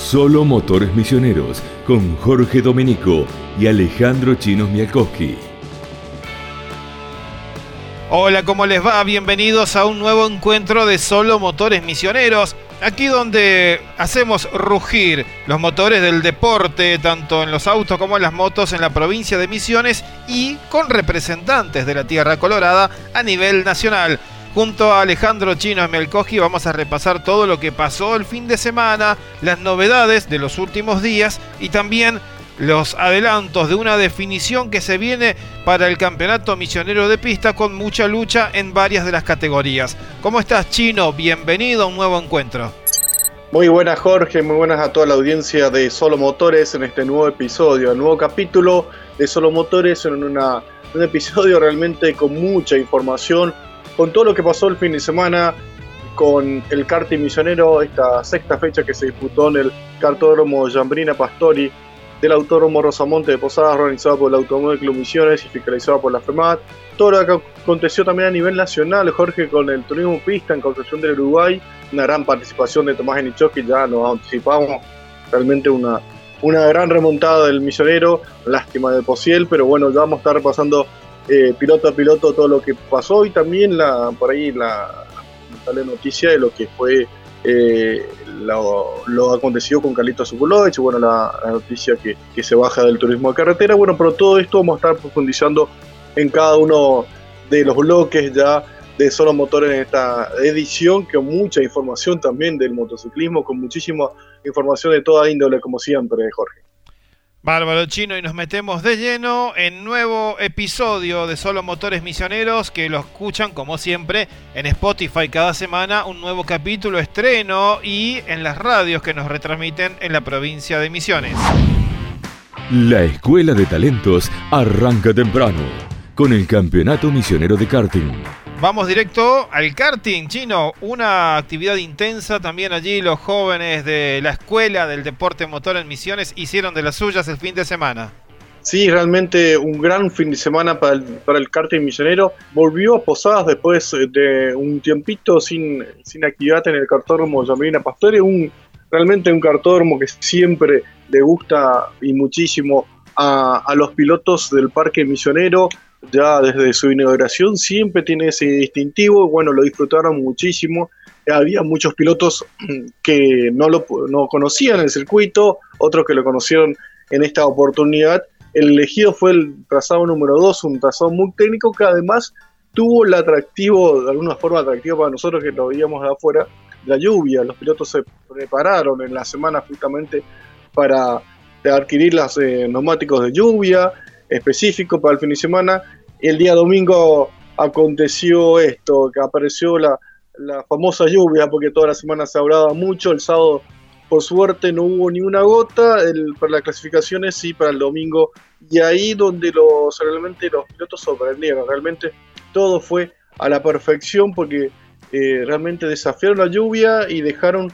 Solo Motores Misioneros con Jorge Domenico y Alejandro Chinos Mialkowski. Hola, ¿cómo les va? Bienvenidos a un nuevo encuentro de Solo Motores Misioneros. Aquí donde hacemos rugir los motores del deporte, tanto en los autos como en las motos en la provincia de Misiones y con representantes de la Tierra Colorada a nivel nacional. Junto a Alejandro Chinos Mialkowski vamos a repasar todo lo que pasó el fin de semana, las novedades de los últimos días y también los adelantos de una definición que se viene para el campeonato misionero de pista con mucha lucha en varias de las categorías. ¿Cómo estás, Chino? Bienvenido a un nuevo encuentro. Muy buenas, Jorge, muy buenas a toda la audiencia de Solo Motores en este nuevo episodio, el nuevo capítulo de Solo Motores en un episodio realmente con mucha información, con todo lo que pasó el fin de semana, con el karting misionero, esta sexta fecha que se disputó en el kartódromo Jambrina Pastori del Autódromo Rosamonte de Posadas, organizado por el Automóvil Club Misiones y fiscalizado por la FEMAT. Todo lo que aconteció también a nivel nacional, Jorge, con el turismo pista en Concepción del Uruguay, una gran participación de Tomás Enichowski, ya nos anticipamos, realmente una gran remontada del misionero, lástima de Pociel, pero bueno, ya vamos a estar repasando piloto a piloto todo lo que pasó y también la lamentable noticia de lo que fue lo acontecido con Carlitos Sukulovich, bueno, la noticia que se baja del turismo de carretera. Bueno, pero todo esto vamos a estar profundizando en cada uno de los bloques ya de Solo Motores en esta edición, con mucha información también del motociclismo, con muchísima información de toda índole, como siempre, Jorge. Bárbaro, Chino, y nos metemos de lleno en nuevo episodio de Solo Motores Misioneros, que lo escuchan como siempre en Spotify cada semana, un nuevo capítulo estreno y en las radios que nos retransmiten en la provincia de Misiones. La Escuela de Talentos arranca temprano con el Campeonato Misionero de Karting. Vamos directo al karting, Chino, una actividad intensa también allí. Los jóvenes de la Escuela del Deporte Motor en Misiones hicieron de las suyas el fin de semana. Sí, realmente un gran fin de semana para el karting misionero. Volvió a Posadas después de un tiempito sin actividad en el kartódromo Jambrina Pastori, realmente un kartódromo que siempre le gusta y muchísimo a los pilotos del parque misionero. Ya desde su inauguración siempre tiene ese distintivo, bueno, lo disfrutaron muchísimo. Había muchos pilotos que no conocían el circuito, otros que lo conocieron en esta oportunidad. El elegido fue el trazado número 2, un trazado muy técnico que además tuvo el atractivo, de alguna forma atractivo para nosotros que lo veíamos de afuera, la lluvia. Los pilotos se prepararon en la semana justamente para adquirir los neumáticos de lluvia específico para el fin de semana. El día domingo aconteció esto, que apareció la famosa lluvia, porque toda la semana se hablaba mucho. El sábado, por suerte, no hubo ni una gota, para las clasificaciones sí, para el domingo, y ahí donde realmente los pilotos sorprendieron. Realmente todo fue a la perfección, porque realmente desafiaron la lluvia y dejaron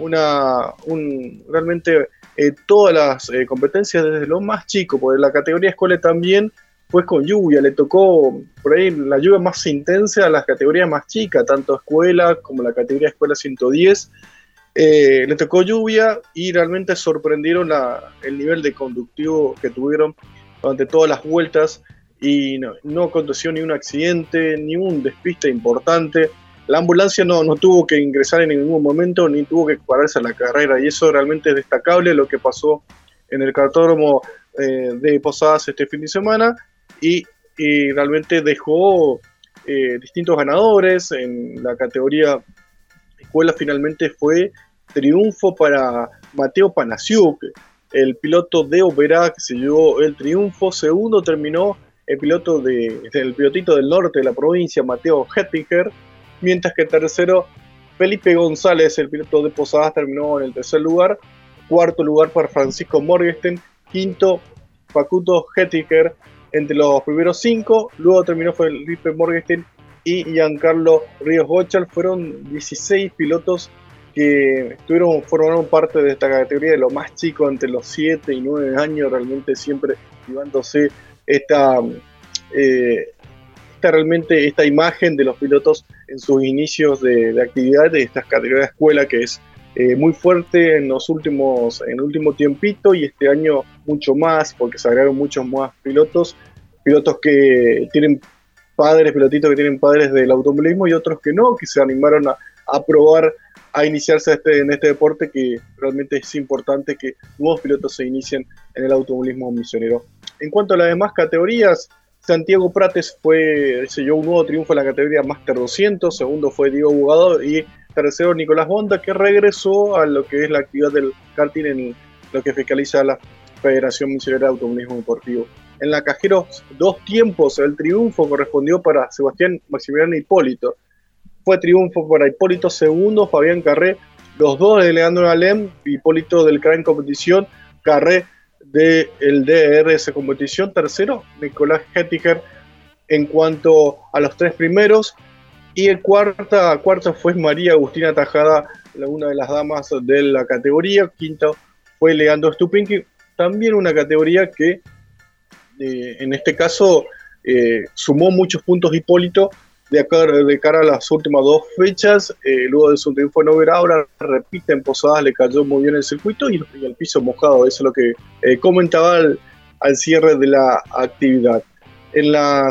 realmente todas las competencias desde lo más chico, porque la categoría escuela también fue con lluvia, le tocó por ahí la lluvia más intensa a las categorías más chicas, tanto escuela como la categoría escuela 110, le tocó lluvia y realmente sorprendieron el nivel de conductivo que tuvieron durante todas las vueltas y no aconteció ni un accidente, ni un despiste importante. La ambulancia no tuvo que ingresar en ningún momento, ni tuvo que pararse a la carrera, y eso realmente es destacable lo que pasó en el kartódromo de Posadas este fin de semana, y realmente dejó distintos ganadores. En la categoría escuela finalmente fue triunfo para Mateo Panasiuk, el piloto de Oberá, que se llevó el triunfo. Segundo terminó el pilotito del norte de la provincia, Mateo Hettinger, mientras que tercero, Felipe González, el piloto de Posadas, terminó en el tercer lugar. Cuarto lugar para Francisco Morgenstern. Quinto, Facundo Hettinger entre los primeros 5. Luego terminó Felipe Morgenstern y Giancarlo Ríos Bochal. Fueron 16 pilotos que formaron parte de esta categoría de lo más chico, entre los 7 y 9 años, realmente siempre llevándose esta imagen de los pilotos en sus inicios de actividad de estas categorías de escuela, que es muy fuerte en el último tiempito, y este año mucho más, porque se agregaron muchos más pilotos que tienen pilotitos que tienen padres del automovilismo y otros que no, que se animaron a probar a iniciarse en este deporte, que realmente es importante que nuevos pilotos se inicien en el automovilismo misionero. En cuanto a las demás categorías, Santiago Prates se llevó un nuevo triunfo en la categoría Master 200, segundo fue Diego Bugado y tercero Nicolás Bonda, que regresó a lo que es la actividad del karting en lo que fiscaliza la Federación Misionera de Automovilismo Deportivo. En la Cajeros, 2 tiempos, el triunfo correspondió para Sebastián Maximiliano Hipólito. Fue triunfo para Hipólito, segundo Fabián Carré, los dos de Leandro Alem, Hipólito del CRA en competición, Carré del DRS competición, tercero Nicolás Hettiger en cuanto a los 3 primeros, y el cuarta fue María Agustina Tajada, una de las damas de la categoría, quinto fue Leandro Stupinki, también una categoría que en este caso sumó muchos puntos Hipólito de cara a las últimas 2 fechas, luego de su triunfo en Oberá, ahora repite en Posadas, le cayó muy bien el circuito y el piso mojado, eso es lo que comentaba al cierre de la actividad. En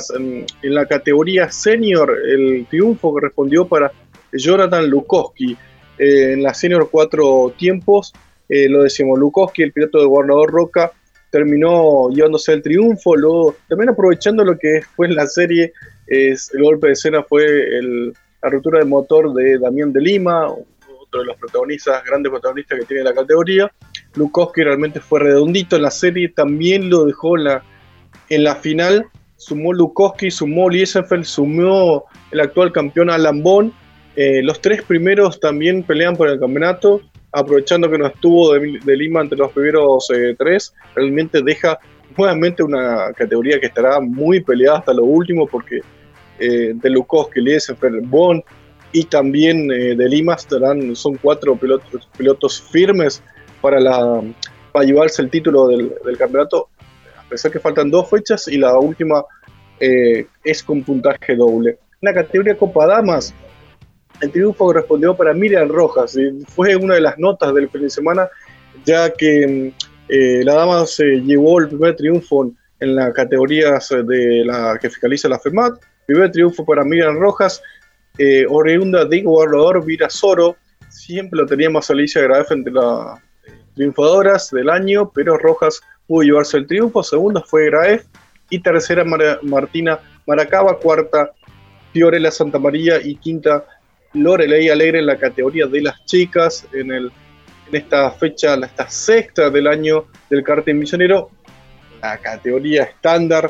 la categoría senior, el triunfo correspondió para Jonathan Lukowski, en la senior 4 tiempos, lo decimos, Lukowski, el piloto de Gobernador Roca, terminó llevándose el triunfo, luego también aprovechando lo que fue en la serie, el golpe de escena fue la ruptura del motor de Damián de Lima, otro de los grandes protagonistas que tiene la categoría. Lukowski realmente fue redondito en la serie, también lo dejó en la final, sumó Lukowski, sumó Liesenfeld, sumó el actual campeón Alan Bond. Los 3 primeros también pelean por el campeonato, aprovechando que no estuvo de Lima entre los primeros 3, realmente deja nuevamente una categoría que estará muy peleada hasta lo último, porque de Lukowski, Liesenfeld, Bond y también de Lima son 4 pilotos firmes para llevarse el título del campeonato, a pesar que faltan 2 fechas y la última es con puntaje doble. En la categoría Copa Damas, el triunfo correspondió para Miriam Rojas, y fue una de las notas del fin de semana, ya que la dama se llevó el primer triunfo en las categorías de la que fiscaliza la FEMAT. Primer triunfo para Miriam Rojas, oriunda de Gobernador Virasoro, siempre lo teníamos a Alicia Graef entre las triunfadoras del año, pero Rojas pudo llevarse el triunfo. Segunda fue Graef y tercera Martina Maracaba, cuarta Fiorella Santamaría y quinta Lorelei Alegre en la categoría de las chicas en esta fecha, esta sexta del año del karting misionero. La categoría estándar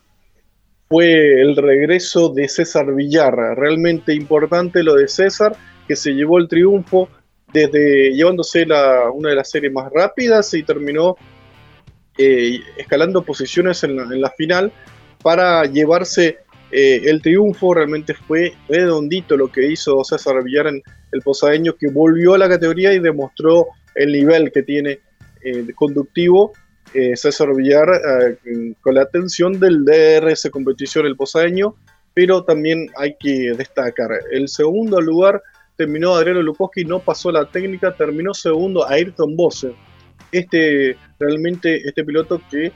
fue el regreso de César Villar, realmente importante lo de César, que se llevó el triunfo llevándose una de las series más rápidas y terminó escalando posiciones en la final para llevarse el triunfo. Realmente fue redondito lo que hizo César Villar en el posadeño, que volvió a la categoría y demostró el nivel que tiene conductivo César Villar, con la atención del DRS competición el posadeño, pero también hay que destacar, el segundo lugar terminó Adriano Lukowski, no pasó la técnica, terminó segundo Ayrton Bose, realmente este piloto que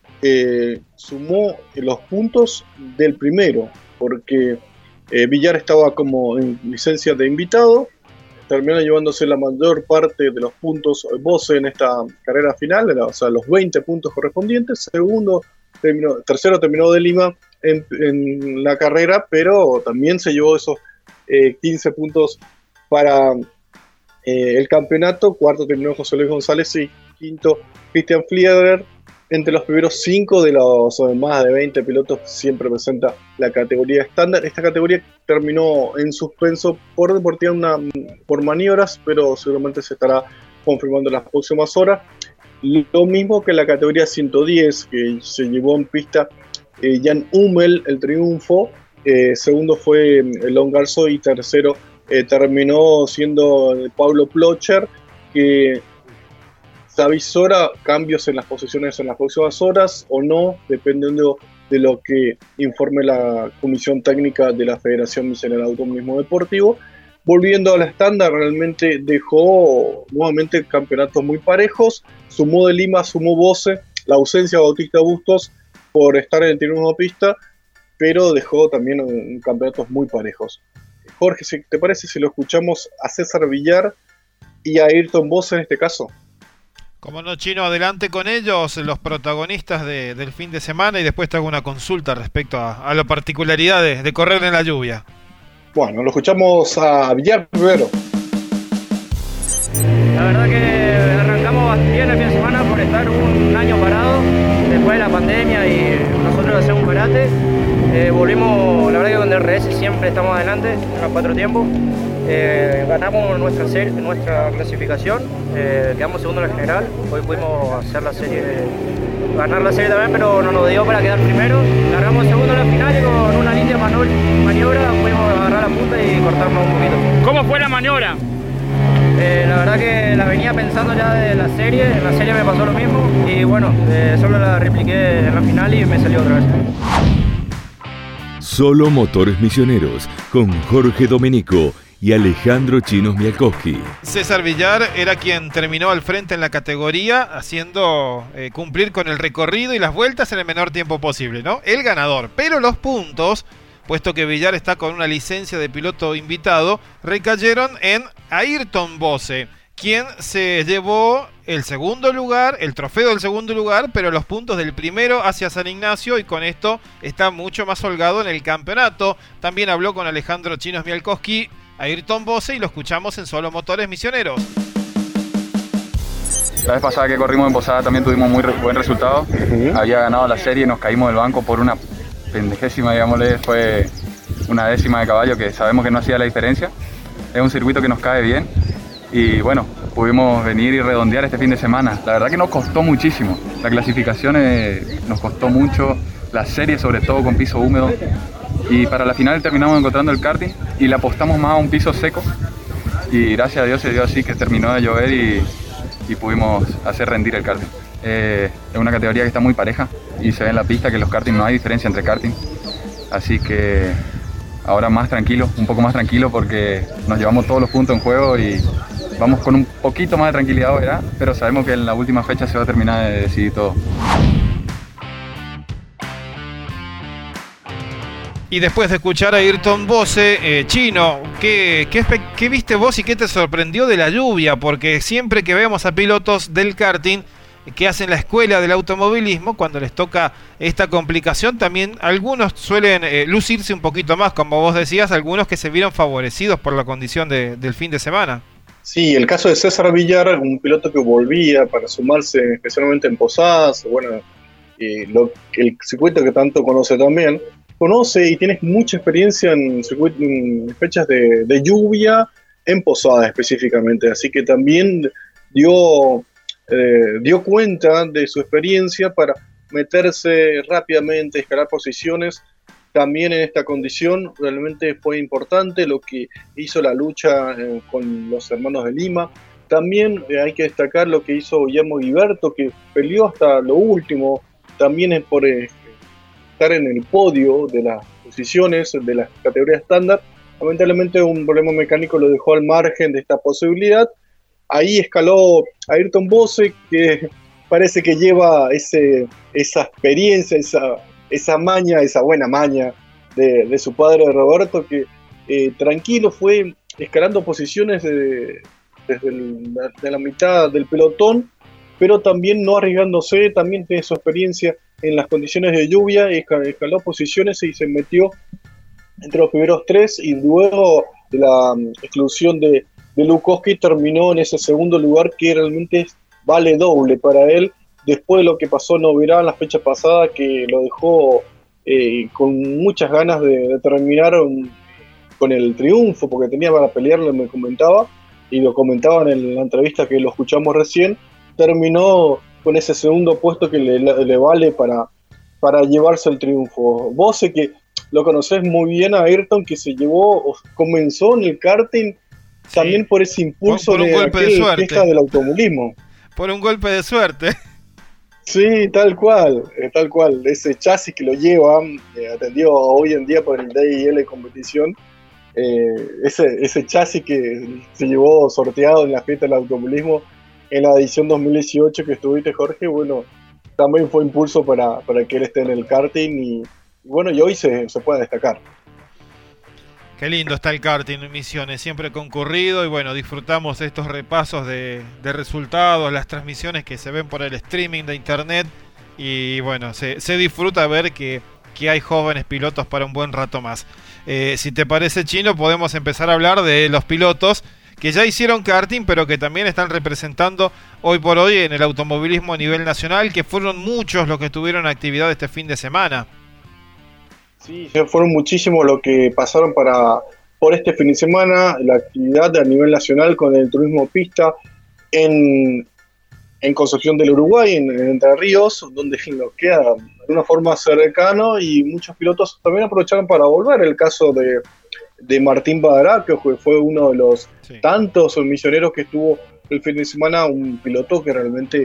sumó los puntos del primero, porque Villar estaba como en licencia de invitado, terminó llevándose la mayor parte de los puntos Bose en esta carrera final, o sea, los 20 puntos correspondientes. Tercero terminó de Lima en la carrera, pero también se llevó esos 15 puntos para el campeonato. Cuarto terminó José Luis González y quinto Christian Flieder. Entre los primeros 5 de los más de 20 pilotos siempre presenta la categoría estándar. Esta categoría terminó en suspenso por maniobras, pero seguramente se estará confirmando en las próximas horas. Lo mismo que la categoría 110, que se llevó en pista Jan Hummel el triunfo. Segundo fue Lon Garzo y tercero terminó siendo Pablo Plocher, que se avisora cambios en las posiciones en las próximas horas o no, dependiendo de lo que informe la Comisión Técnica de la Federación Misionera de Automovilismo Deportivo. volviendo a la estándar, realmente dejó nuevamente campeonatos muy parejos. Sumó de Lima, sumó Bose, la ausencia de Bautista Bustos por estar en el triunfo pista, pero dejó también campeonatos muy parejos. Jorge, ¿te parece si lo escuchamos a César Villar y a Ayrton Bose en este caso? Como no, Chino, adelante con ellos, los protagonistas del fin de semana, y después te hago una consulta respecto a la particularidad de correr en la lluvia. Bueno, lo escuchamos a Villar primero. La verdad que arrancamos bien el fin de semana por estar un año parado después de la pandemia y nosotros hacemos un parate. Volvimos, la verdad que con DRS siempre estamos adelante en los 4 tiempos. Ganamos nuestra clasificación, quedamos segundo en la general. Hoy pudimos hacer la serie, ganar la serie también, pero no nos dio para quedar primero. Largamos segundo en la final y con una linda maniobra pudimos agarrar la punta y cortarnos un poquito. ¿Cómo fue la maniobra? La verdad que la venía pensando ya de la serie, en la serie me pasó lo mismo y bueno, solo la repliqué en la final y me salió otra vez. Solo Motores Misioneros con Jorge Domenico y Alejandro Chinos Mialkowski. César Villar era quien terminó al frente en la categoría, haciendo cumplir con el recorrido y las vueltas en el menor tiempo posible, ¿no? El ganador. Pero los puntos, puesto que Villar está con una licencia de piloto invitado, recayeron en Ayrton Bose, quien se llevó el segundo lugar, el trofeo del segundo lugar, pero los puntos del primero hacia San Ignacio, y con esto está mucho más holgado en el campeonato. También habló con Alejandro Chinos Mialkowski Ayrton Bose y lo escuchamos en Solo Motores Misioneros. La vez pasada que corrimos en Posada también tuvimos muy buen resultado. Había ganado la serie y nos caímos del banco por una pendejésima, digámosle, fue una décima de caballo que sabemos que no hacía la diferencia. Es un circuito que nos cae bien y bueno, pudimos venir y redondear este fin de semana. La verdad que nos costó muchísimo. La clasificación nos costó mucho, la serie sobre todo con piso húmedo. Y para la final terminamos encontrando el karting y le apostamos más a un piso seco. Y gracias a Dios se dio así, que terminó de llover y pudimos hacer rendir el karting. Es una categoría que está muy pareja y se ve en la pista que los karting no hay diferencia entre karting. Así que ahora más tranquilo, un poco más tranquilo porque nos llevamos todos los puntos en juego y vamos con un poquito más de tranquilidad, ¿verdad? Pero sabemos que en la última fecha se va a terminar de decidir todo. Y después de escuchar a Ayrton Bose, Chino, ¿qué viste vos y qué te sorprendió de la lluvia? Porque siempre que vemos a pilotos del karting que hacen la escuela del automovilismo, cuando les toca esta complicación, también algunos suelen lucirse un poquito más, como vos decías, algunos que se vieron favorecidos por la condición del fin de semana. Sí, el caso de César Villar, un piloto que volvía para sumarse especialmente en Posadas, bueno, el circuito que tanto conoce también, conoce y tienes mucha experiencia en fechas de lluvia, en Posadas específicamente, así que también dio cuenta de su experiencia para meterse rápidamente, escalar posiciones. También en esta condición realmente fue importante lo que hizo la lucha con los hermanos de Lima. También hay que destacar lo que hizo Guillermo Guiberto, que peleó hasta lo último, también es por estar en el podio de las posiciones de la categoría estándar. Lamentablemente un problema mecánico lo dejó al margen de esta posibilidad. Ahí escaló Ayrton Bose, que parece que lleva esa experiencia, esa maña, esa buena maña de su padre Roberto, que tranquilo fue escalando posiciones desde la mitad del pelotón, pero también no arriesgándose, también tiene su experiencia en las condiciones de lluvia, escaló posiciones y se metió entre los primeros 3, y luego de la exclusión de Lukowski terminó en ese segundo lugar, que realmente vale doble para él, después de lo que pasó en Oberá la fecha pasada, que lo dejó con muchas ganas de terminar con el triunfo, porque tenía para pelearlo, me comentaba, y lo comentaba en la entrevista que lo escuchamos recién. Terminó con ese segundo puesto que le vale para llevarse el triunfo. Vos sé que lo conocés muy bien a Ayrton, que comenzó en el karting, sí, también por ese impulso por un golpe de suerte del automovilismo. Por un golpe de suerte. Sí, tal cual. Ese chasis que lo lleva, atendido hoy en día por el DIL competición, ese chasis que se llevó sorteado en la fiesta del automovilismo en la edición 2018 que estuviste, Jorge, bueno, también fue impulso para que él esté en el karting y bueno, y hoy se puede destacar. Qué lindo está el karting en Misiones, siempre concurrido y bueno, disfrutamos estos repasos de resultados, las transmisiones que se ven por el streaming de internet y bueno, se disfruta ver que hay jóvenes pilotos para un buen rato más. Si te parece, Chino, podemos empezar a hablar de los pilotos que ya hicieron karting, pero que también están representando hoy por hoy en el automovilismo a nivel nacional, que fueron muchos los que tuvieron actividad este fin de semana. Sí, fueron muchísimos los que pasaron por este fin de semana, la actividad a nivel nacional con el turismo pista en Concepción del Uruguay, en Entre Ríos, donde nos queda de una forma cercano y muchos pilotos también aprovecharon para volver. El caso de Martín Badaraco, que fue uno de los tantos misioneros que estuvo el fin de semana, un piloto que realmente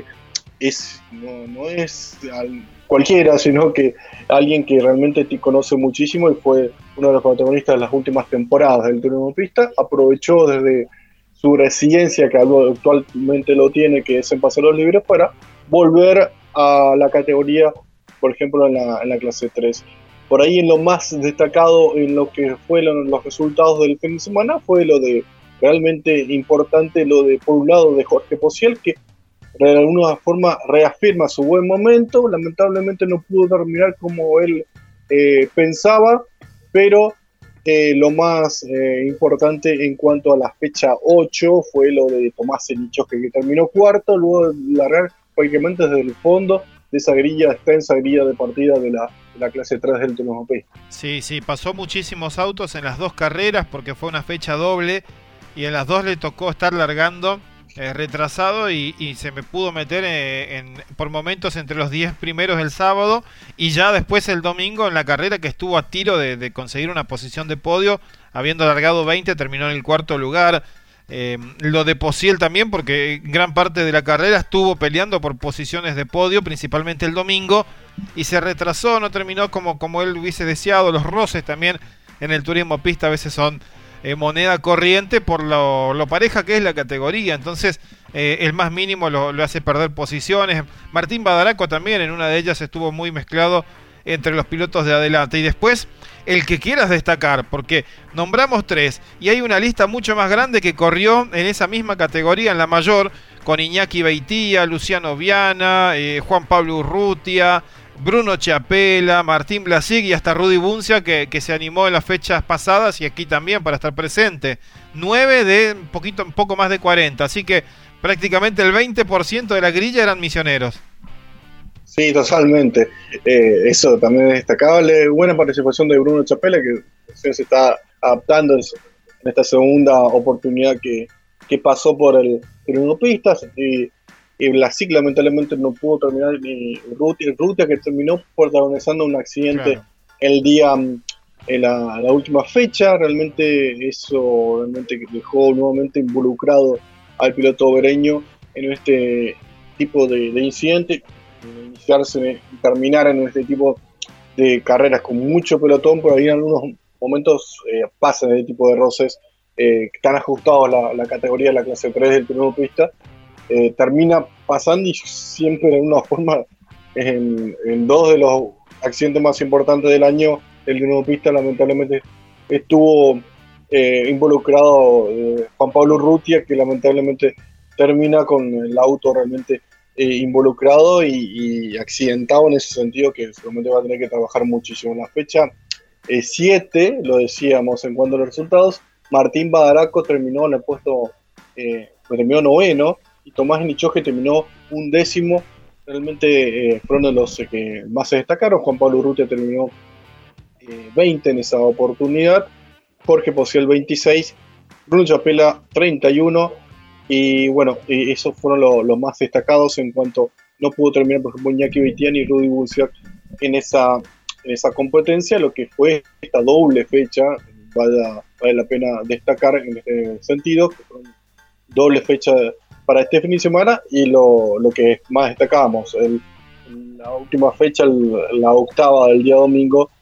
no es cualquiera, sino que alguien que realmente te conoce muchísimo y fue uno de los protagonistas de las últimas temporadas del turismo pista. Aprovechó desde su residencia, que actualmente lo tiene, que es en Paseos Libres, para volver a la categoría, por ejemplo, en la clase 3. Por ahí en lo más destacado en lo que fueron los resultados del fin de semana fue lo de realmente importante, lo de por un lado de Jorge Posiel, que de alguna forma reafirma su buen momento. Lamentablemente no pudo terminar como él pensaba, pero lo más importante en cuanto a la fecha 8 fue lo de Tomás Enichosque, que terminó cuarto, luego de largar prácticamente desde el fondo de esa grilla, extensa grilla de partida de la clase 3 del turismo pista. Sí, pasó muchísimos autos en las dos carreras porque fue una fecha doble y en las dos le tocó estar largando retrasado y se me pudo meter por momentos entre los 10 primeros el sábado y ya después el domingo en la carrera que estuvo a tiro de conseguir una posición de podio, habiendo largado 20, terminó en el cuarto lugar. Lo de Posiel también, porque gran parte de la carrera estuvo peleando por posiciones de podio, principalmente el domingo, y se retrasó, no terminó como él hubiese deseado. Los roces también en el turismo pista a veces son moneda corriente por lo pareja que es la categoría, entonces el más mínimo lo hace perder posiciones. Martín Badaraco también en una de ellas estuvo muy mezclado entre los pilotos de adelante. Y después el que quieras destacar, porque nombramos 3 y hay una lista mucho más grande que corrió en esa misma categoría en la mayor, con Iñaki Beitía, Luciano Viana, Juan Pablo Urrutia, Bruno Chiapela, Martín Blasig y hasta Rudy Buncia que se animó en las fechas pasadas y aquí también para estar presente. 9 de un poco más de 40, así que prácticamente el 20% de la grilla eran misioneros. Sí, totalmente. Eso también es destacable. Buena participación de Bruno Chiapela, que se está adaptando en esta segunda oportunidad que pasó por el turismo pistas. Y Blasik lamentablemente no pudo terminar, ni Rutia que terminó protagonizando un accidente el día en la última fecha. Realmente eso dejó nuevamente involucrado al piloto bereño en este tipo de incidente, terminar en este tipo de carreras con mucho pelotón. Por ahí en algunos momentos pasan este tipo de roces que están ajustados a la categoría de la clase 3 del turismo pista. Termina pasando y siempre de una forma en dos de los accidentes más importantes del año el turismo pista lamentablemente estuvo involucrado Juan Pablo Urrutia, que lamentablemente termina con el auto realmente involucrado y accidentado en ese sentido, que seguramente va a tener que trabajar muchísimo. En la fecha 7, lo decíamos en cuanto a los resultados, Martín Badaraco terminó en el puesto, terminó noveno, y Tomás Enichosque terminó 11º. Realmente fueron de los que más se destacaron. Juan Pablo Urrutia terminó 20 en esa oportunidad, Jorge Posiel 26, Bruno Chiapela 31, y bueno, esos fueron los más destacados en cuanto no pudo terminar, por ejemplo, Iñaki Beitía y Rudy Bunciak en esa competencia. Lo que fue esta doble fecha, vale la pena destacar en este sentido, que fue doble fecha para este fin de semana, y lo que más destacábamos, la última fecha, la octava del día domingo,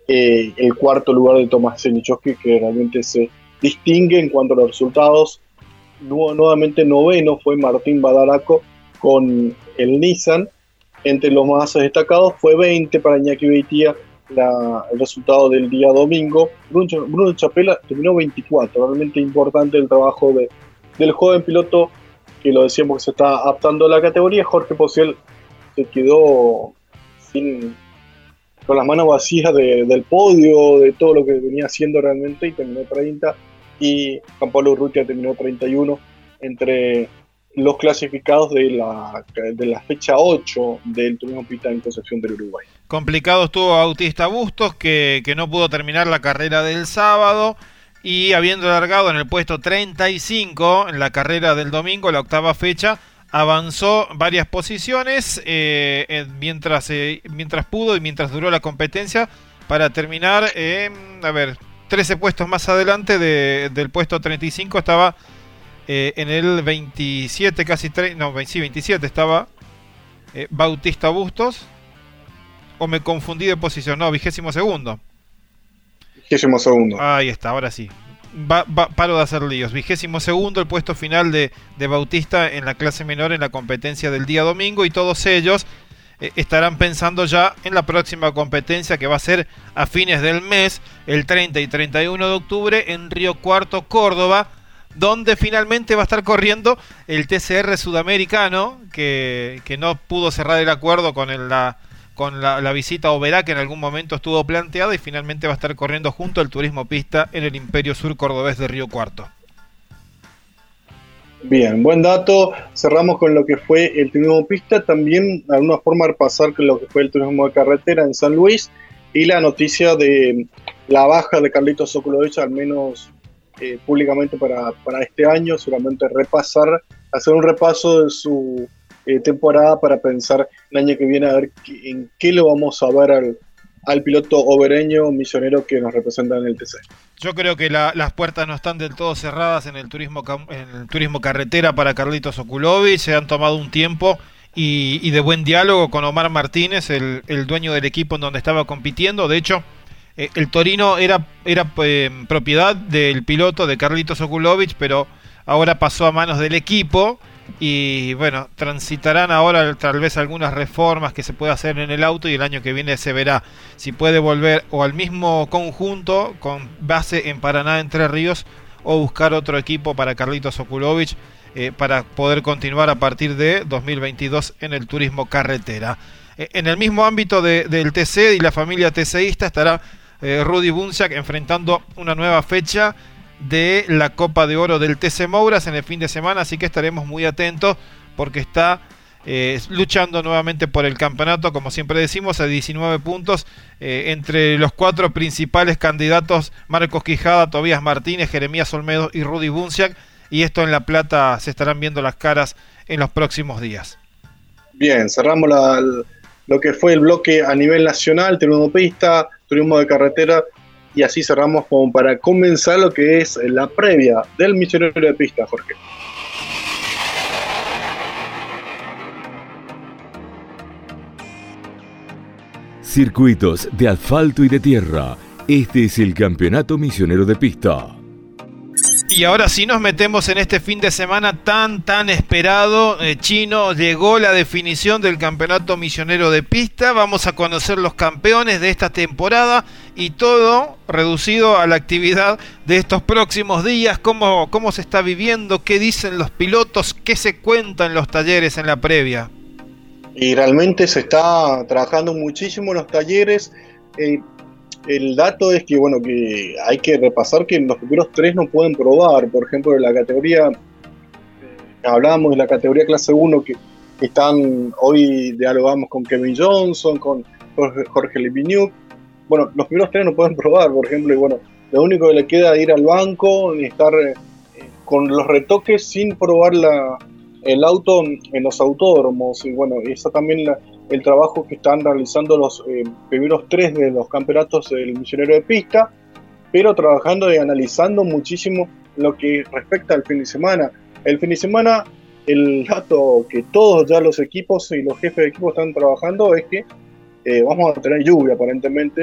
el cuarto lugar de Tomás Zenichowski, que realmente se distingue en cuanto a los resultados. Nuevamente noveno fue Martín Badaraco con el Nissan. Entre los más destacados fue 20 para Iñaki Beitia, el resultado del día domingo. Bruno Chapela terminó 24. Realmente importante el trabajo del joven piloto, que lo decíamos que se está adaptando a la categoría. Jorge Posiel se quedó con las manos vacías del podio, de todo lo que venía haciendo realmente, y terminó 30. Y Juan Pablo Urrutia terminó 31 entre los clasificados de la fecha 8 del Turismo Pista en Concepción del Uruguay. Complicado estuvo Bautista Bustos, que no pudo terminar la carrera del sábado, y habiendo largado en el puesto 35 en la carrera del domingo, la octava fecha, avanzó varias posiciones mientras pudo y mientras duró la competencia, para terminar 13 puestos más adelante del puesto 35 estaba en el 27, 27 estaba Bautista Bustos, o me confundí de posición, no, 22º. 22º. Ahí está, ahora sí. Paro de hacer líos. 22º el puesto final de Bautista en la clase menor en la competencia del día domingo, y todos ellos estarán pensando ya en la próxima competencia, que va a ser a fines del mes, el 30 y 31 de octubre en Río Cuarto, Córdoba, donde finalmente va a estar corriendo el TCR sudamericano, que no pudo cerrar el acuerdo con la visita a Oberá, que en algún momento estuvo planteada, y finalmente va a estar corriendo junto al Turismo Pista en el Imperio Sur Cordobés de Río Cuarto. Bien, buen dato. Cerramos con lo que fue el Turismo Pista. También, de alguna forma, repasar con lo que fue el Turismo de Carretera en San Luis, y la noticia de la baja de Carlitos Sokolovich, al menos públicamente para este año. Seguramente hacer un repaso de su temporada para pensar el año que viene, a ver en qué lo vamos a ver al piloto obereño misionero que nos representa en el TC. Yo creo que las puertas no están del todo cerradas en el turismo carretera para Carlitos Sokolovich. Se han tomado un tiempo y de buen diálogo con Omar Martínez, el dueño del equipo en donde estaba compitiendo. De hecho, el Torino era propiedad del piloto de Carlitos Sokolovich, pero ahora pasó a manos del equipo. Y bueno, transitarán ahora tal vez algunas reformas que se pueda hacer en el auto, y el año que viene se verá si puede volver o al mismo conjunto con base en Paraná, Entre Ríos, o buscar otro equipo para Carlitos Sokolovich para poder continuar a partir de 2022 en el turismo carretera. En el mismo ámbito del TC y la familia TCista estará Rudy Bunciak enfrentando una nueva fecha de la Copa de Oro del TC Mouras en el fin de semana, así que estaremos muy atentos, porque está luchando nuevamente por el campeonato, como siempre decimos, a 19 puntos, entre los 4 principales candidatos: Marcos Quijada, Tobías Martínez, Jeremías Olmedo y Rudy Bunciak, y esto en La Plata se estarán viendo las caras en los próximos días. Bien, cerramos lo que fue el bloque a nivel nacional, turismo pista, turismo de carretera. Y así cerramos como para comenzar lo que es la previa del Misionero de Pista, Jorge. Circuitos de asfalto y de tierra. Este es el Campeonato Misionero de Pista. Y ahora sí nos metemos en este fin de semana tan esperado. Chino, llegó la definición del Campeonato Misionero de Pista. Vamos a conocer los campeones de esta temporada, y todo reducido a la actividad de estos próximos días. ¿Cómo se está viviendo? ¿Qué dicen los pilotos? ¿Qué se cuenta en los talleres en la previa? Y realmente se está trabajando muchísimo en los talleres. El dato es que, bueno, que hay que repasar que los primeros 3 no pueden probar. Por ejemplo, en la categoría, hablábamos de la categoría clase 1, que están, hoy dialogamos con Kevin Johnson, con Jorge Lipiniuk. Bueno, los primeros 3 no pueden probar, por ejemplo, y bueno, lo único que le queda es ir al banco y estar con los retoques sin probar el auto en los autódromos. Y bueno, eso también el trabajo que están realizando los primeros 3 de los campeonatos del Misionero de Pista, pero trabajando y analizando muchísimo lo que respecta al fin de semana. El fin de semana, el dato que todos ya los equipos y los jefes de equipo están trabajando es que vamos a tener lluvia aparentemente,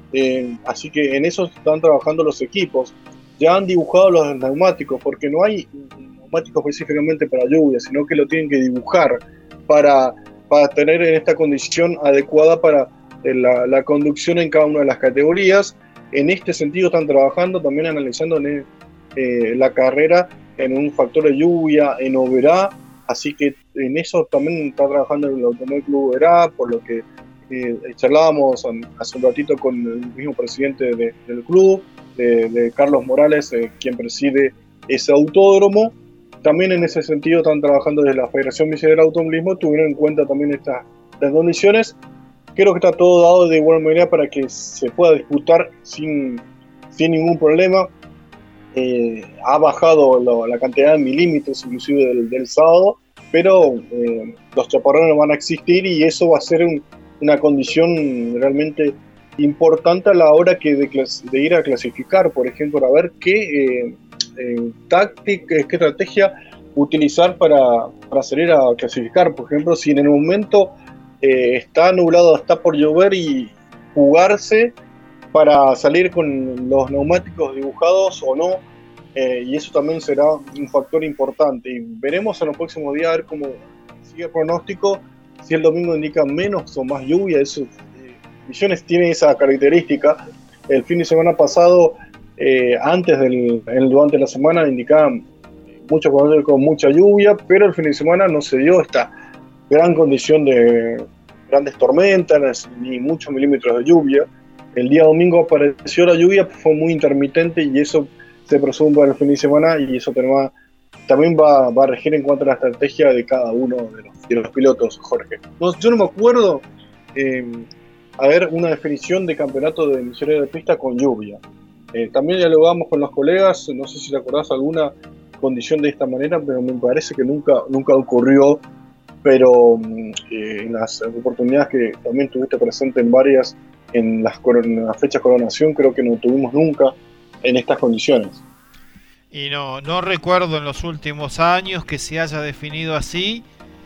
Así que en eso están trabajando los equipos. Ya han dibujado los neumáticos, porque no hay un neumático específicamente para lluvia, sino que lo tienen que dibujar para tener en esta condición adecuada para la conducción en cada una de las categorías. En este sentido están trabajando, también analizando la carrera en un factor de lluvia, en Oberá, así que en eso también está trabajando el Automóvil Club Oberá, por lo que charlábamos hace un ratito con el mismo presidente del club, de Carlos Morales, quien preside ese autódromo. También en ese sentido están trabajando desde la Federación Misionera de Automovilismo, tuvieron en cuenta también estas condiciones. Creo que está todo dado de buena manera para que se pueda disputar sin ningún problema. Ha bajado la cantidad de milímetros inclusive del sábado, pero los chaparrones van a existir y eso va a ser una condición realmente importante a la hora de ir a clasificar, por ejemplo, a ver qué táctica, qué estrategia utilizar para salir a clasificar. Por ejemplo, si en el momento está nublado, está por llover, y jugarse para salir con los neumáticos dibujados o no, y eso también será un factor importante. Y veremos en los próximos días a ver cómo sigue el pronóstico, si el domingo indica menos o más lluvia. Eso, Misiones tiene esa característica. El fin de semana pasado, durante la semana indicaban mucho pronóstico con mucha lluvia, pero el fin de semana no se dio esta gran condición de grandes tormentas ni muchos milímetros de lluvia. El día domingo apareció la lluvia, fue muy intermitente y eso se presume para el fin de semana, y eso también va a regir en cuanto a la estrategia de cada uno de los pilotos, Jorge. Yo no me acuerdo haber una definición de campeonato de misionero de pista con lluvia. También dialogamos con los colegas, no sé si te acordás alguna condición de esta manera, pero me parece que nunca ocurrió. Pero en las oportunidades que también tuviste presente en las fechas coronación, creo que no tuvimos nunca en estas condiciones. Y no recuerdo en los últimos años que se haya definido así.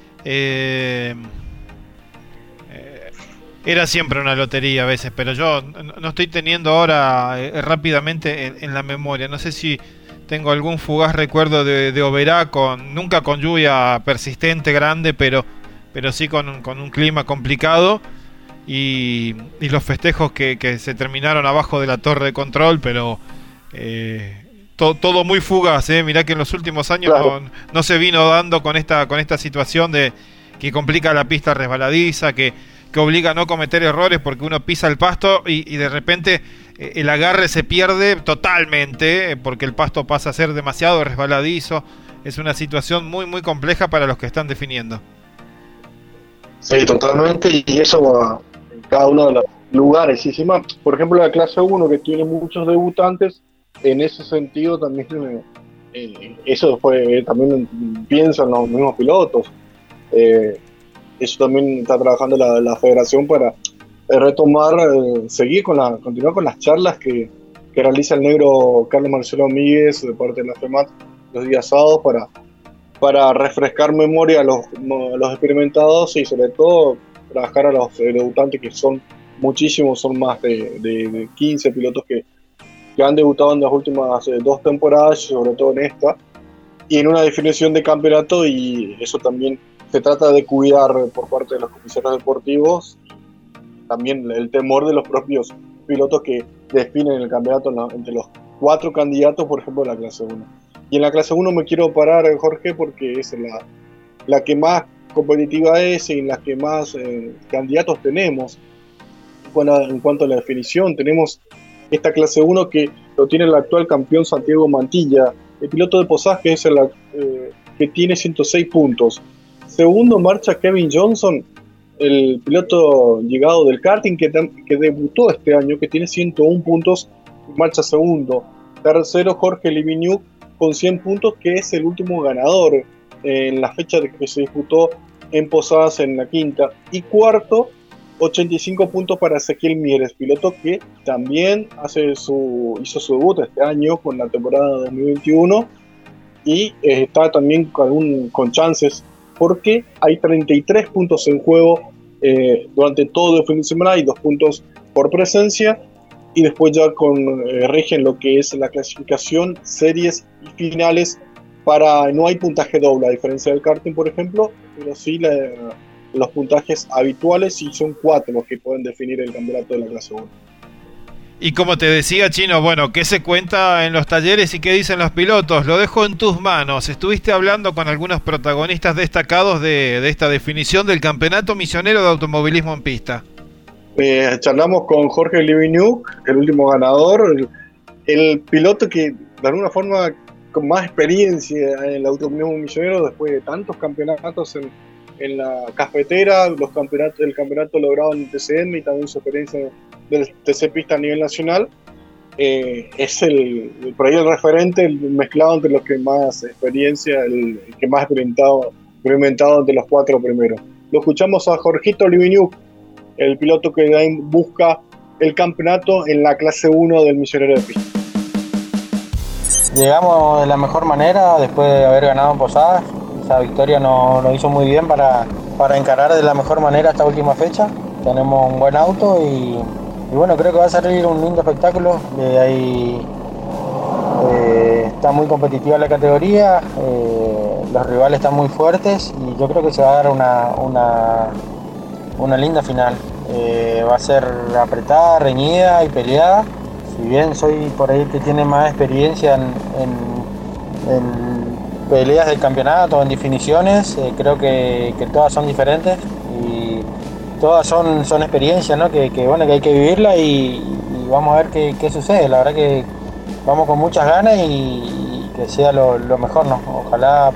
Era siempre una lotería a veces, pero yo no estoy teniendo ahora rápidamente en la memoria. No sé si tengo algún fugaz recuerdo de Oberá, nunca con lluvia persistente, grande, pero sí con un clima complicado, y los festejos que se terminaron abajo de la torre de control, pero todo muy fugaz. Mirá que en los últimos años claro, no se vino dando con esta situación de que complica la pista resbaladiza, que obliga a no cometer errores porque uno pisa el pasto y de repente el agarre se pierde totalmente porque el pasto pasa a ser demasiado resbaladizo. Es una situación muy muy compleja para los que están definiendo. Sí, totalmente, y eso va en cada uno de los lugares. Y encima, por ejemplo, la clase 1, que tiene muchos debutantes, en ese sentido también eso fue, también piensan los mismos pilotos. Eso también está trabajando la federación para retomar, continuar con las charlas que realiza el negro Carlos Marcelo Míguez de parte de la FEMAT los días sábados para refrescar memoria a los experimentados y sobre todo trabajar a los debutantes, que son muchísimos, son más de 15 pilotos que han debutado en las últimas 2 temporadas, sobre todo en esta, y en una definición de campeonato, y eso también se trata de cuidar por parte de los comisarios deportivos, también el temor de los propios pilotos que definen el campeonato entre los 4 candidatos, por ejemplo, de la clase 1. Y en la clase 1 me quiero parar, Jorge, porque es la que más competitiva es y en la que más candidatos tenemos. En cuanto a la definición, tenemos esta clase 1 que lo tiene el actual campeón Santiago Mantilla, el piloto de Posadas, que es que tiene 106 puntos. Segundo marcha Kevin Johnson, el piloto llegado del karting que debutó este año, que tiene 101 puntos, marcha segundo. Tercero, Jorge Livignuc con 100 puntos, que es el último ganador en la fecha de que se disputó en Posadas en la quinta. Y cuarto, 85 puntos para Ezequiel Mieres, piloto que también hizo su debut este año con la temporada 2021 y está también con chances, porque hay 33 puntos en juego durante todo el fin de semana y 2 puntos por presencia. y después ya rigen lo que es la clasificación, series y finales. No hay puntaje doble, a diferencia del karting, por ejemplo, pero sí los puntajes habituales, y son 4 los que pueden definir el campeonato de la clase 1. Y como te decía, Chino, bueno, ¿qué se cuenta en los talleres y qué dicen los pilotos? Lo dejo en tus manos. Estuviste hablando con algunos protagonistas destacados de esta definición del Campeonato Misionero de Automovilismo en Pista. Charlamos con Jorge Livignuc, el último ganador, el piloto que de alguna forma con más experiencia en el automovilismo misionero después de tantos campeonatos en la cafetera, el campeonato logrado en el TCM y también su experiencia del TC Pista a nivel nacional. Es por ahí el referente, el mezclado entre los que más experiencia, el que más experimentado entre los 4 primeros. Lo escuchamos a Jorgito Livignuc, el piloto que busca el campeonato en la clase 1 del misionero de pista. Llegamos de la mejor manera después de haber ganado en Posadas. Esa victoria nos hizo muy bien para encarar de la mejor manera esta última fecha. Tenemos un buen auto y bueno, creo que va a salir un lindo espectáculo. Está muy competitiva la categoría, los rivales están muy fuertes y yo creo que se va a dar una linda final. Va a ser apretada, reñida y peleada. Si bien soy por ahí que tiene más experiencia en peleas del campeonato, en definiciones, creo que todas son diferentes y todas son experiencias, ¿no? que hay que vivirla y vamos a ver qué sucede. La verdad que vamos con muchas ganas y que sea lo mejor, ¿no? Ojalá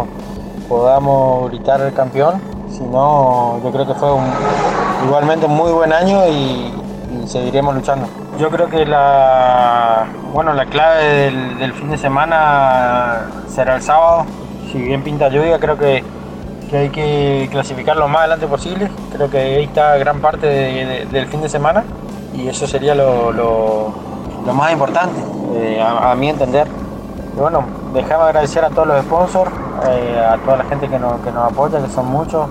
podamos gritar el campeón. Si no, yo creo que fue igualmente un muy buen año y seguiremos luchando. Yo creo que la clave del fin de semana será el sábado. Si bien pinta lluvia, creo que hay que clasificar lo más adelante posible. Creo que ahí está gran parte del fin de semana y eso sería lo más importante, a mi entender. Y bueno, déjame agradecer a todos los sponsors, a toda la gente que nos apoya, que son muchos,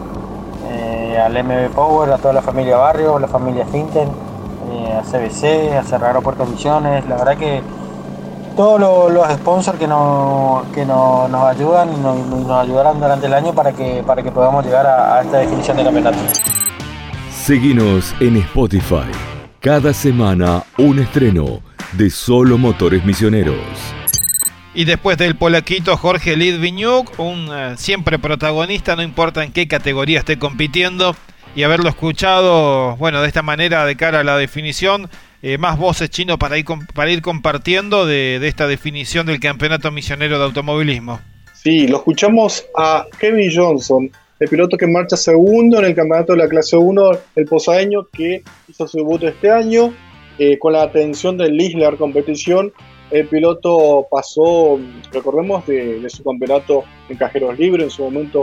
al MB Power, a toda la familia Barrio, la familia Finten, a CBC, a Cerrado Puerto Misiones. La verdad que todos los sponsors que nos ayudan y nos ayudarán durante el año para que podamos llegar a esta definición de campeonato. Seguinos en Spotify. Cada semana un estreno de Solo Motores Misioneros. Y después del polaquito Jorge Livignuc, un siempre protagonista, no importa en qué categoría esté compitiendo, y haberlo escuchado, bueno, de esta manera de cara a la definición, más voces, Chino, para ir compartiendo de esta definición del Campeonato Misionero de Automovilismo. Sí, lo escuchamos a Kevin Johnson, el piloto que marcha segundo en el campeonato de la clase 1, el posadeño, que hizo su debut este año, con la atención del Lisler competición. El piloto pasó, recordemos, de su campeonato en Cajeros Libres en su momento,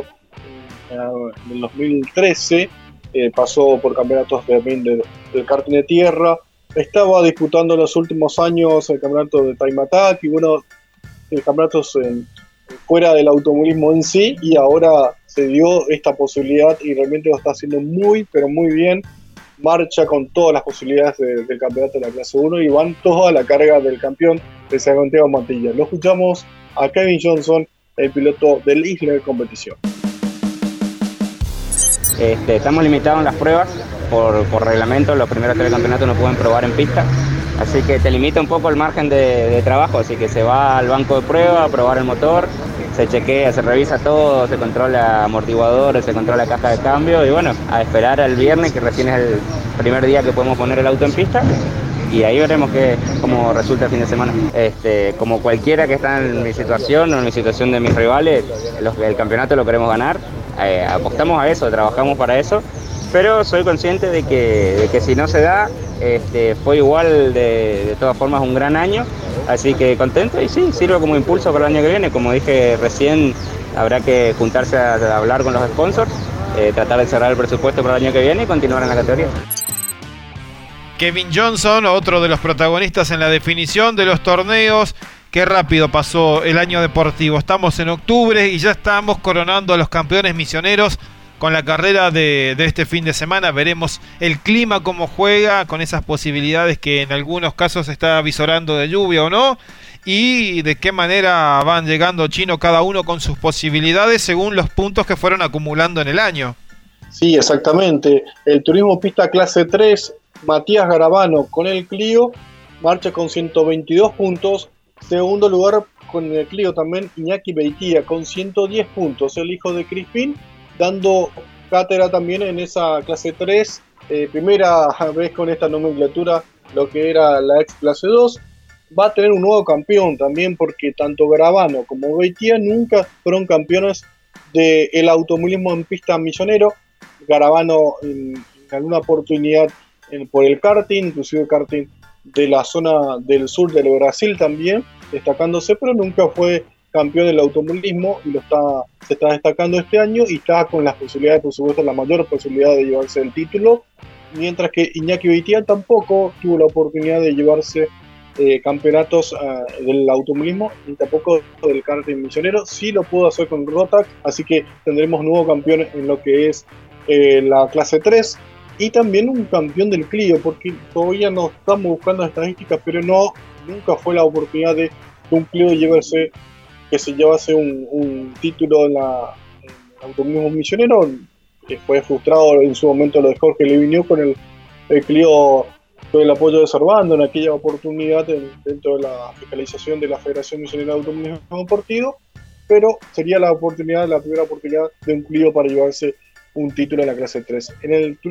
en el 2013, pasó por campeonatos también del karting de tierra, estaba disputando en los últimos años el campeonato de Time Attack y bueno, campeonatos fuera del automovilismo en sí, y ahora se dio esta posibilidad y realmente lo está haciendo muy, pero muy bien. Marcha con todas las posibilidades del campeonato de la clase 1 y van todos a la carga del campeón de Santiago Mantilla. Lo escuchamos a Kevin Johnson, el piloto del Isla Competición. Estamos limitados en las pruebas por reglamento. Los primeros 3 campeonatos no pueden probar en pista, así que te limita un poco el margen de trabajo, así que se va al banco de prueba a probar el motor, se chequea, se revisa todo, se controla amortiguadores, se controla caja de cambio y bueno, a esperar al viernes, que recién es el primer día que podemos poner el auto en pista, y ahí veremos cómo resulta el fin de semana. Como cualquiera que está en mi situación o en la situación de mis rivales, el campeonato lo queremos ganar, apostamos a eso, trabajamos para eso, pero soy consciente de que si no se da, fue igual de todas formas un gran año, así que contento y sí, sirve como impulso para el año que viene. Como dije recién, habrá que juntarse a hablar con los sponsors, tratar de cerrar el presupuesto para el año que viene y continuar en la categoría. Kevin Johnson, otro de los protagonistas en la definición de los torneos. Qué rápido pasó el año deportivo. Estamos en octubre y ya estamos coronando a los campeones misioneros con la carrera de este fin de semana. Veremos el clima cómo juega, con esas posibilidades que en algunos casos se está visorando de lluvia o no, y de qué manera van llegando, Chino, cada uno con sus posibilidades según los puntos que fueron acumulando en el año. Sí, exactamente. El turismo pista clase 3, Matías Garabano con el Clio marcha con 122 puntos. Segundo lugar con el Clio también Iñaki Beitía con 110 puntos, el hijo de Crispín, dando cátedra también en esa clase 3, primera vez con esta nomenclatura, lo que era la ex clase 2. Va a tener un nuevo campeón también, porque tanto Garabano como Beitía nunca fueron campeones del automovilismo en pista millonero. Garabano en alguna oportunidad por el karting, inclusive karting de la zona del sur del Brasil también, destacándose, pero nunca fue campeón del automovilismo y se está destacando este año y está con las posibilidades, por supuesto, la mayor posibilidad de llevarse el título, mientras que Iñaki Beitía tampoco tuvo la oportunidad de llevarse campeonatos del automovilismo y tampoco del karting millonero. Sí lo pudo hacer con Rotax, así que tendremos nuevo campeón en lo que es la clase 3 y también un campeón del Clio, porque todavía no estamos buscando estadísticas, pero nunca fue la oportunidad de que un Clio que se llevase un título en el automovilismo millonero. Fue frustrado en su momento lo de Jorge Leviniu con el Clio, con el apoyo de Servando en aquella oportunidad dentro de la fiscalización de la Federación Millonera de Automovilismo Deportivo, pero sería la primera oportunidad de un Clio para llevarse un título en la clase 3. En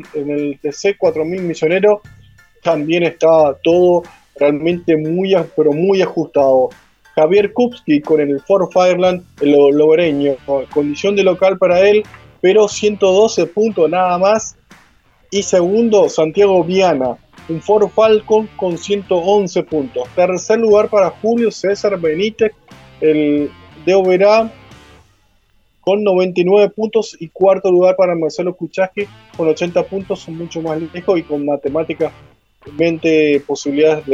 el TC 4000 millonero también está todo realmente muy ajustado. Javier Kupski con el Ford Fireland, el lobereño, condición de local para él, pero 112 puntos nada más. Y segundo, Santiago Viana, un Ford Falcon con 111 puntos. Tercer lugar para Julio César Benítez, el de Oberá, con 99 puntos, y cuarto lugar para Marcelo Kuchaski con 80 puntos, son mucho más lejos y con matemáticamente posibilidades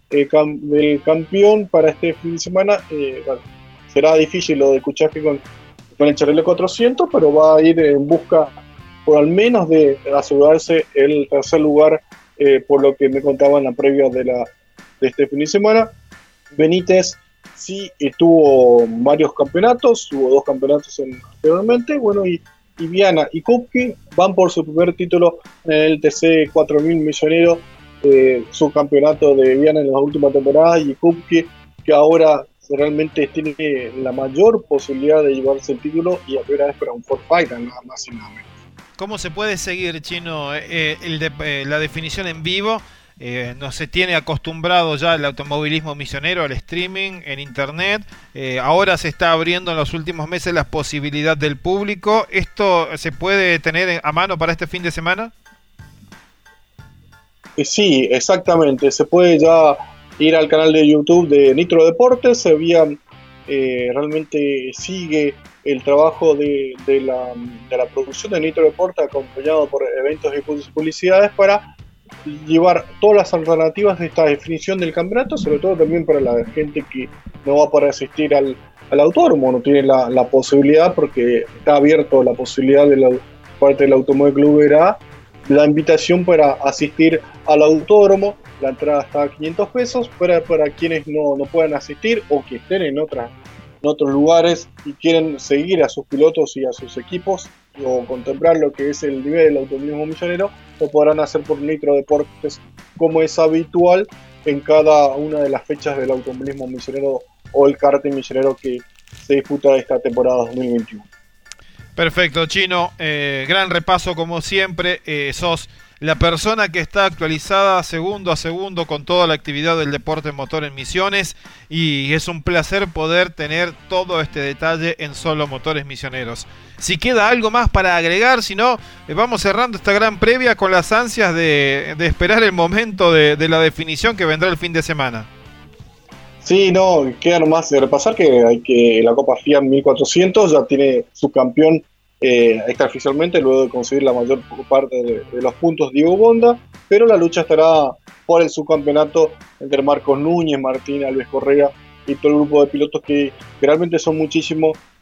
del campeón para este fin de semana. Bueno, será difícil lo de Kuchaski con el Chevrolet 400, pero va a ir en busca por al menos de asegurarse el tercer lugar, por lo que me contaban en la previa de este fin de semana. Benítez sí tuvo varios campeonatos, tuvo 2 campeonatos anteriormente, bueno, y Viana y Kupski van por su primer título en el TC 4000 millonero, su campeonato de Viana en la última temporada, y Kupski, que ahora realmente tiene la mayor posibilidad de llevarse el título, y apenas es para un Ford Fighter, nada más y nada menos. ¿Cómo se puede seguir, Chino, la definición en vivo? No se tiene acostumbrado ya el automovilismo millonero al streaming en internet. Ahora se está abriendo en los últimos meses la posibilidad del público. ¿Esto se puede tener a mano para este fin de semana? Sí, exactamente. Se puede ya ir al canal de YouTube de Nitro Deportes. Realmente sigue el trabajo de la producción de Nitro Deportes, acompañado por eventos y publicidades, para llevar todas las alternativas de esta definición del campeonato, sobre todo también para la gente que no va a poder asistir al autódromo, no tiene la posibilidad, porque está abierto la posibilidad de la parte del Automóvil Club Verá, la invitación para asistir al autódromo. La entrada está a 500 pesos, para quienes no puedan asistir o que estén en otros lugares y quieren seguir a sus pilotos y a sus equipos o contemplar lo que es el nivel del automovilismo millonero, lo podrán hacer por Nitro Deportes, como es habitual en cada una de las fechas del automovilismo millonero o el karting millonero que se disputa esta temporada 2021. Perfecto, Chino, gran repaso como siempre. Sos la persona que está actualizada segundo a segundo con toda la actividad del deporte motor en Misiones, y es un placer poder tener todo este detalle en Solo Motores Misioneros. Si queda algo más para agregar, si no, vamos cerrando esta gran previa con las ansias de esperar el momento de la definición que vendrá el fin de semana. Sí, no, queda nomás de repasar que la Copa FIA 1400 ya tiene su campeón extraoficialmente, luego de conseguir la mayor parte de los puntos Diego Bonda, pero la lucha estará por el subcampeonato entre Marcos Núñez, Martín Alves Correa y todo el grupo de pilotos que realmente son muchísimos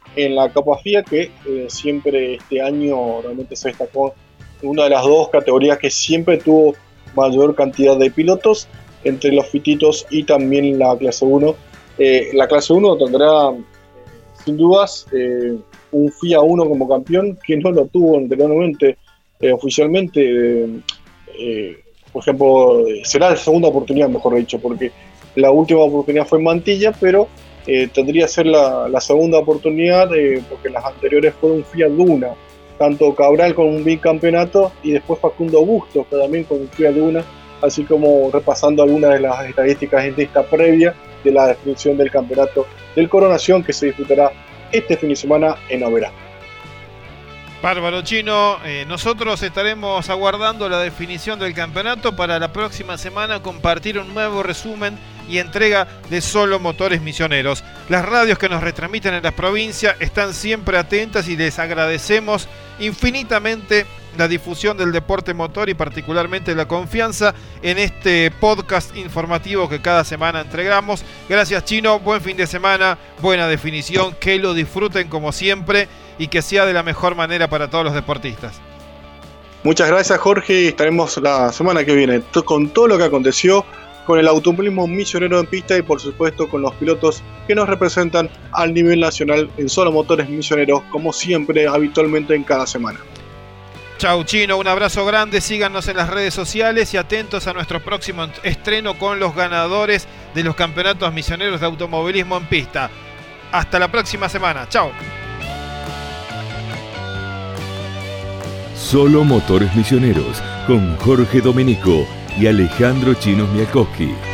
en la Copa FIA, que siempre este año realmente se destacó una de las dos categorías que siempre tuvo mayor cantidad de pilotos, entre los fititos y también la clase 1. La clase 1 tendrá sin dudas un FIA 1 como campeón, que no lo tuvo anteriormente oficialmente. Por ejemplo, será la segunda oportunidad, mejor dicho, porque la última oportunidad fue en Mantilla, pero tendría que ser la segunda oportunidad, porque las anteriores fueron Fiat Duna, tanto Cabral con un bicampeonato y después Facundo Bustos también con Fiat Duna, así como repasando algunas de las estadísticas de esta previa de la definición del campeonato del Coronación, que se disputará este fin de semana en Oberá. Bárbaro, Chino. Nosotros estaremos aguardando la definición del campeonato para la próxima semana compartir un nuevo resumen y entrega de Solo Motores Misioneros. Las radios que nos retransmiten en las provincias están siempre atentas y les agradecemos infinitamente la difusión del deporte motor y particularmente la confianza en este podcast informativo que cada semana entregamos. Gracias, Chino, buen fin de semana, buena definición, que lo disfruten como siempre y que sea de la mejor manera para todos los deportistas. Muchas gracias, Jorge, estaremos la semana que viene con todo lo que aconteció con el automovilismo misionero en pista y por supuesto con los pilotos que nos representan al nivel nacional en Solo Motores Misioneros, como siempre, habitualmente en cada semana. Chau, Chino, un abrazo grande, síganos en las redes sociales y atentos a nuestro próximo estreno con los ganadores de los campeonatos misioneros de automovilismo en pista. Hasta la próxima semana, chau. Solo Motores Misioneros con Jorge Domenico y Alejandro Chinos Mialkowski.